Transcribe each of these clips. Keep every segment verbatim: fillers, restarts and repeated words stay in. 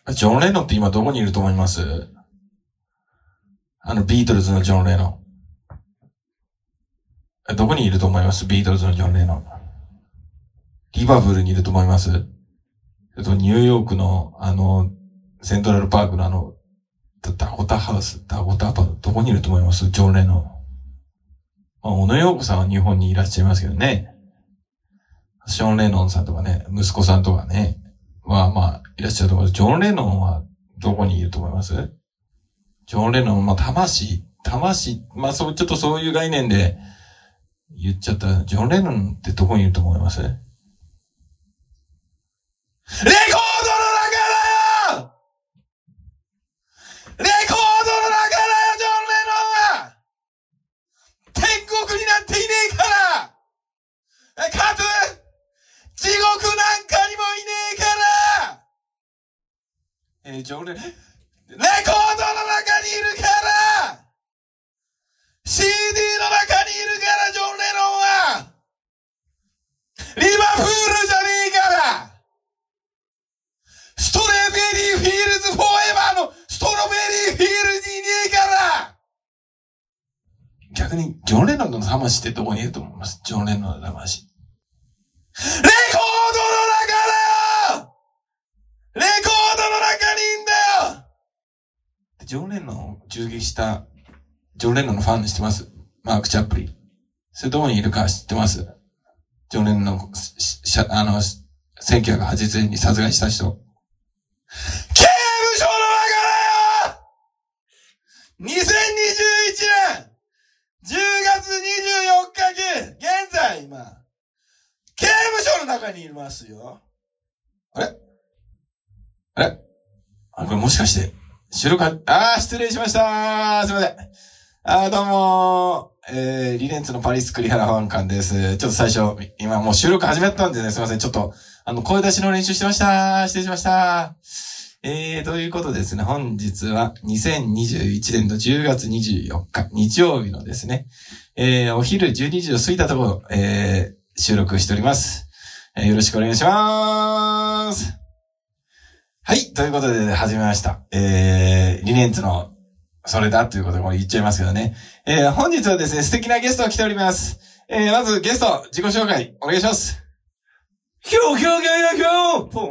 ジョン・レノンって今どこにいると思います？あの、ビートルズのジョン・レノン。どこにいると思います？ビートルズのジョン・レノン。リバプールにいると思います？えっと、ニューヨークの、あの、セントラルパークのあの、ダコタハウス、ダコタパー、どこにいると思います？ジョン・レノン。まあ、小野洋子さんは日本にいらっしゃいますけどね。ショーン・レノンさんとかね、息子さんとかね。まあまあ、いらっしゃると思います。ジョン・レノンはどこにいると思います？ジョン・レノン、まあ、魂、魂、まあそう、ちょっとそういう概念で言っちゃった。ジョン・レノンってどこにいると思います？レコードの中だよ！レコードの中だよ、ジョン・レノンは！天国になんていねえからかつ、地獄なんかにもいねえからえー、ジョン・レノン、レコードの中にいるからシーディー の中にいるからジョン・レノンはリバプールじゃねえからストロベリーフィールズフォーエバーのストロベリーフィールズにいねえから逆にジョン・レノンの魂ってどこにいると思います？ジョン・レノンの魂。レコードの中だよ！レコードの中にいんだよ！ジョン・レノンを銃撃したジョン・レノンのファン知ってます？マーク・チャップリン。それどこにいるか知ってます？ジョン・レノンの、しあの、せんきゅうひゃくはちじゅうねんに殺害した人。刑務所の中だよ！ にせんにじゅういち 年じゅうがつにじゅうよっか現在今、刑務所の中にいますよ。あれあれあ、これもしかして、収録は、あー、失礼しましたー。すいません。あー、どうもー。えー、リレンツのパリス栗原保安官です。ちょっと最初、今もう収録始まったんでね、すいません。ちょっと、あの、声出しの練習してましたー。失礼しましたー。えー、ということでですね、本日はにせんにじゅういちねんのじゅうがつにじゅうよっか、日曜日のですね、えー、お昼じゅうにじを過ぎたところ、えー、収録しております。えー、よろしくお願いしまーす。はい、ということで始めました。えー、リネンツのそれだということでこれ言っちゃいますけどね。えー、本日はですね、素敵なゲストが来ております。えー、まずゲスト、自己紹介、お願いします。ひょうひょうひょうひょうひょうぽー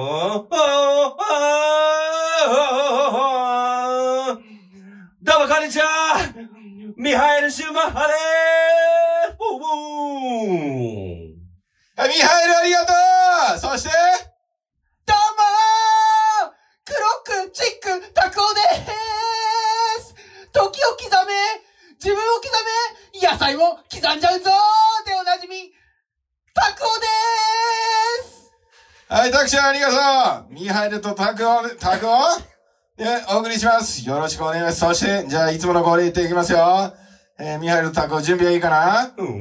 どうもこんにちはミハエル・シューマッハでーすぽーはい、ミハエルありがとうそしてどうもークロックチックタクオでーす時を刻め自分を刻め野菜も刻んじゃうぞーでおなじみタクオでーすはい、タクちゃんありがとうミハエルとタクオ、タクオで、お送りします。よろしくお願いします。そして、じゃあいつもの恒例言っていきますよ。えー、ミハエルとタクオ準備はいいかな？うー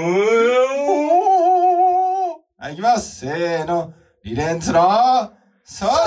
ん。はい、いきます。せーの。リレンツの、それだ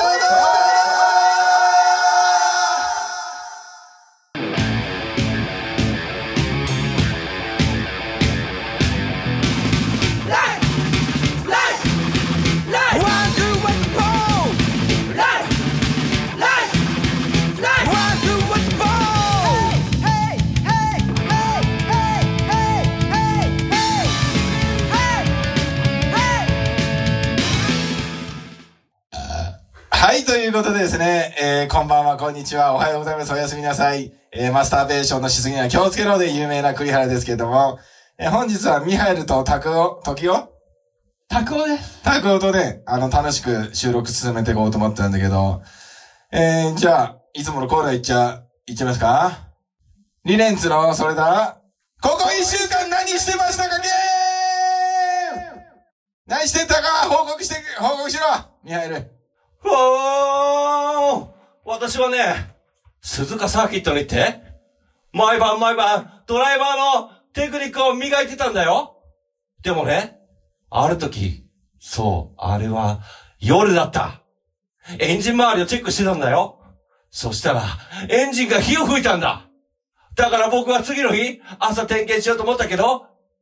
はい、ということでですね、えー、こんばんは、こんにちは、おはようございます、おやすみなさい。えー、マスターベーションのしすぎには気をつけろで有名な栗原ですけれども、えー、本日はミハエルとタクオ、トキオタクオです。 タクオとね、あの、楽しく収録進めていこうと思ってたんだけど、えー、じゃあ、いつものコーナーいっちゃ、いっちゃいますか？リレンツの、それだ、ここいっしゅうかん何してましたかゲーム何してたか報告して、報告しろミハエル。 おー私はね、鈴鹿サーキットに行って、毎晩毎晩ドライバーのテクニックを磨いてたんだよ。でもね、ある時、そう、あれは夜だった。エンジン周りをチェックしてたんだよ。そしたら、エンジンが火を吹いたんだ。だから僕は次の日、朝点検しようと思ったけど、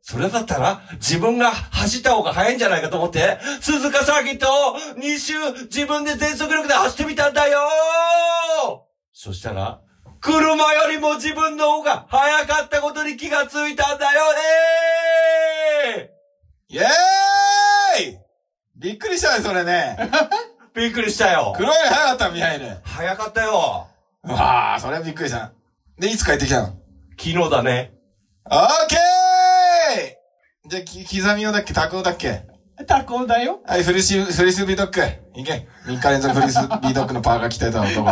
それだったら、自分が走った方が早いんじゃないかと思って、鈴鹿サーキットをに周自分で全速力で走ってみたんだよ。そしたら、車よりも自分の方が早かったことに気がついたんだよね。 イェーイびっくりしたね、それね。 びっくりしたよ。 黒い早かった、ミハイル。 早かったよ。 うわー、それはびっくりした。で、いつ帰ってきたの？ 昨日だね。 オーケーじゃあ、き、刻み用だっけタコだっけタコだよ。 はい、フリス、フリスビードッグ。いけ。みっか連続フリスビードッグのパーカー着てた男。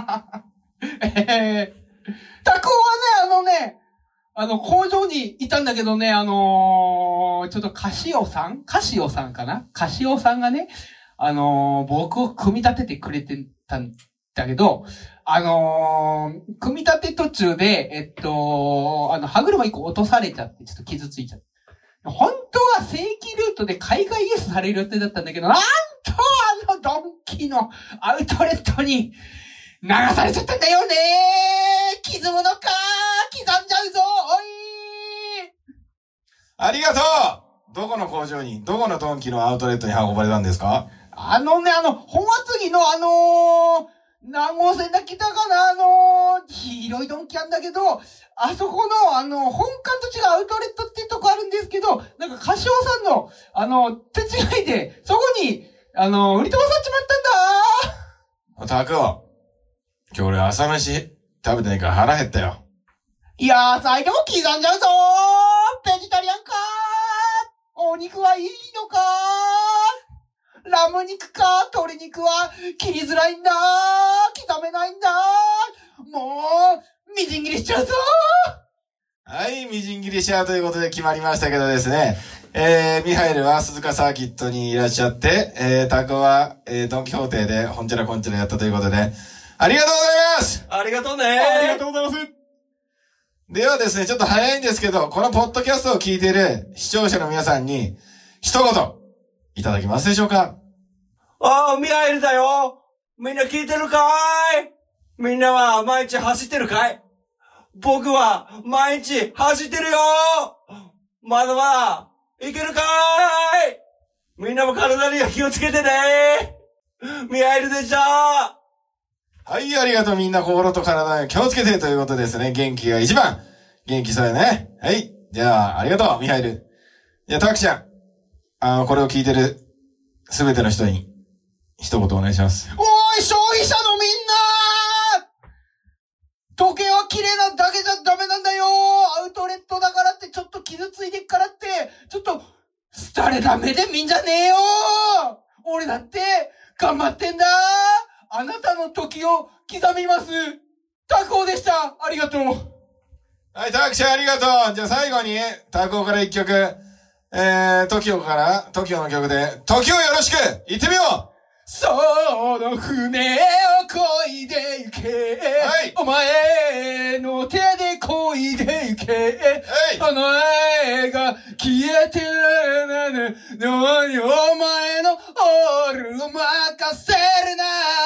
えー、タコはね、あのね、あの、工場にいたんだけどね、あのー、ちょっとカシオさんカシオさんかなカシオさんがね、あのー、僕を組み立ててくれてたんだけど、あのー、組み立て途中で、えっと、あの、歯車一個落とされちゃって、ちょっと傷ついちゃって。本当は正規ルートで海外イエスされる予定だったんだけど、なんとあのドンキのアウトレットに流されちゃったんだよねー。傷物かー刻んじゃうぞおいありがとうどこの工場に、どこのドンキのアウトレットに運ばれたんですか？ あのね、あの、本厚木のあのー、何号線だっけたかなあのー、広いドンキあんだけど、あそこの、あの、本館と違うアウトレットっていうとこあるんですけど、なんか、カシオさんの、あの、手違いで、そこに、あの、売り飛ばさっちまったんだタクオ、今日俺朝飯食べてないから腹減ったよ。 いやー、最後も刻んじゃうぞーベジタリアンかーお肉はいいのかーラム肉か鶏肉は切りづらいんだー刻めないんだーもう、みじん切りしちゃうぞーはい、みじん切りしちゃうということで決まりましたけどですね。えー、ミハイルは鈴鹿サーキットにいらっしゃって、えー、タクは、えー、ドンキホーテでほんちゃらこんちゃらやったということで、ありがとうございますありがとうねありがとうございますではですね、ちょっと早いんですけど、このポッドキャストを聞いている視聴者の皆さんに、一言、いただけますでしょうか？ ああ、ミハイルだよ。みんな聞いてるかい？みんなは毎日走ってるかい？僕は毎日走ってるよ。まだまだいけるかい？みんなも体に気をつけてね。ミハイルでした。 はい、ありがとう。みんな心と体に気をつけてということですね。元気が一番。元気そうやね。はい。じゃあ、ありがとう、ミハイル。じゃあ、タクちゃん。あの、これを聞いてるすべての人に一言お願いします。 おーい、消費者のみんな時計は綺麗なだけじゃダメなんだよアウトレットだからってちょっと傷ついてっからって、ちょっと、廃れた目で見んじゃねえよ俺だって、頑張ってんだあなたの時を刻みます。タコでした。ありがとう。 はい、タクちゃんありがとう。じゃあ最後に、タコから一曲、えー、トキオから、トキオの曲で、トキオよろしく行ってみようその船を漕いで行け、 はい、 お前の手で漕いで行け、はい、あの愛が消えてなのにお前のオールを任せるな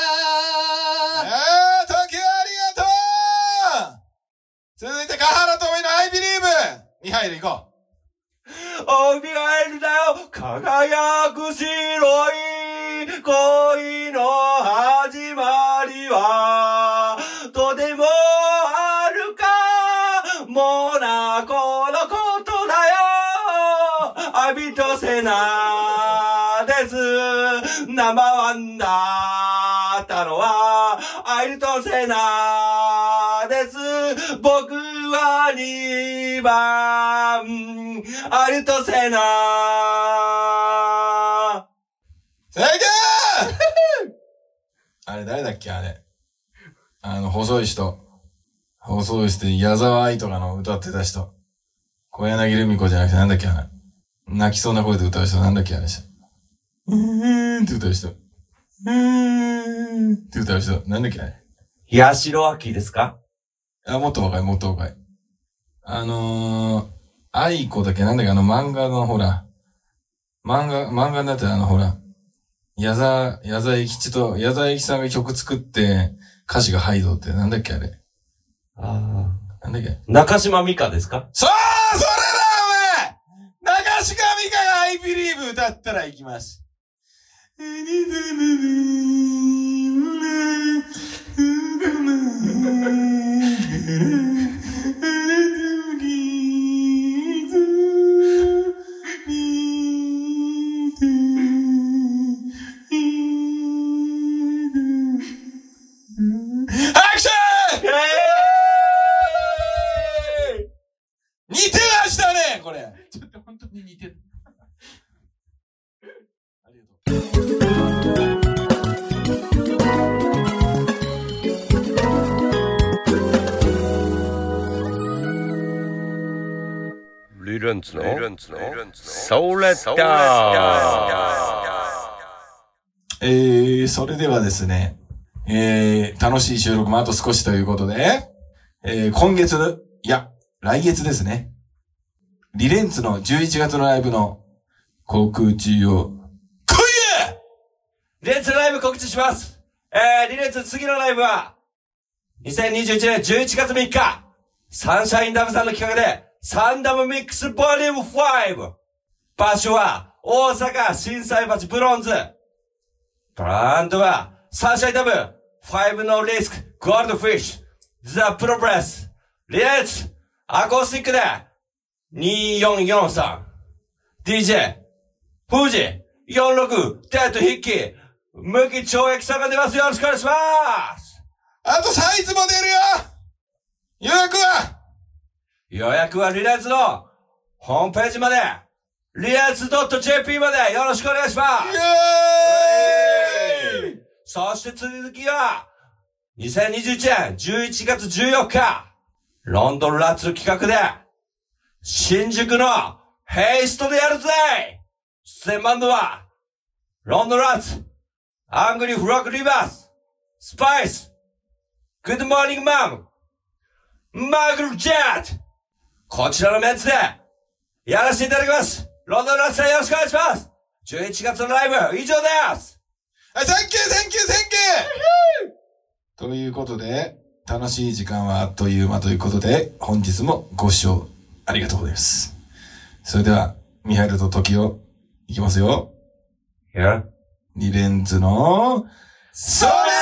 あー、トキオありがとう続いて、カハラトミの I believe に入る行こうおい、ミハイルだよ。輝く白い恋の始まりは、とてもはるかモナコのことだよ。アビトセナです。ナンバーワンだったのは、アイルトンセナです。僕はにばん、アイルトンセナ正解あれ誰だっけあれ。あの、細い人。細い人で矢沢愛とかの歌ってた人。小柳ルミ子じゃなくてなんだっけあれ。泣きそうな声で歌う人なんだっけあれ。うーんって歌う人。うーんって歌う人。なんだっけあれ。 ヤシロアキですか？ あ、もっと若い、もっと若い。あのー、愛子だっけなんだっけあの漫画のほら。漫画、漫画になってあのほら。矢沢、矢沢永吉と、矢沢永吉さんが曲作って、歌詞がハイドってなんだっけあれ。 ああ。 なんだっけ中島美嘉ですか？ そうそれだお前歌ったら行きます。似てましたね、これ。 ちょっと本当に似てる。 ありがとう。リレンツのソーレッダー。 えー、それではですね、えー、楽しい収録もあと少しということで、えー、今月、いや、来月ですね。リレンツのじゅういちがつのライブの告知を、来いや！ リレンツのライブ告知します。えー、リレンツ次のライブは、にせんにじゅういちねんじゅういちがつみっか、サンシャインダムさんの企画で、サンダムミックスボリュームファイブ。場所は、大阪心斎橋ブロンズ。ブランドは、サンシャインダム、ファイブのリスク、ゴールドフィッシュ、ザ・プロプレス、リレンツ、アコースティックで、にーよんよんさん。ディージェー、富士、よんろく、テッド筆記、無期懲役さんが出ます。よろしくお願いします。 あとサイズも出るよ！予約は予約はリレンツのホームページまで、リレンツ .jp までよろしくお願いします。 イエーイ！ そして続きは、にせんにじゅういちねんじゅういちがつじゅうよっか、ロンドンラッツ企画で、新宿のヘイストでやるぜ！出演バンドは、ロンドンラッツ、アングリーフロックリバース、スパイス、グッドモーニングマム、マグルジェット、こちらのメンツで、やらせていただきます。ロンドンラッツさんよろしくお願いします。じゅういちがつのライブ、以上です。 はい、サンキュー、サンキュー、サンキューということで、楽しい時間はあっという間ということで、本日もご視聴ありがとうございます。それでは、ミハイルとトキオ、いきますよ。 いや、 リレンツの、それ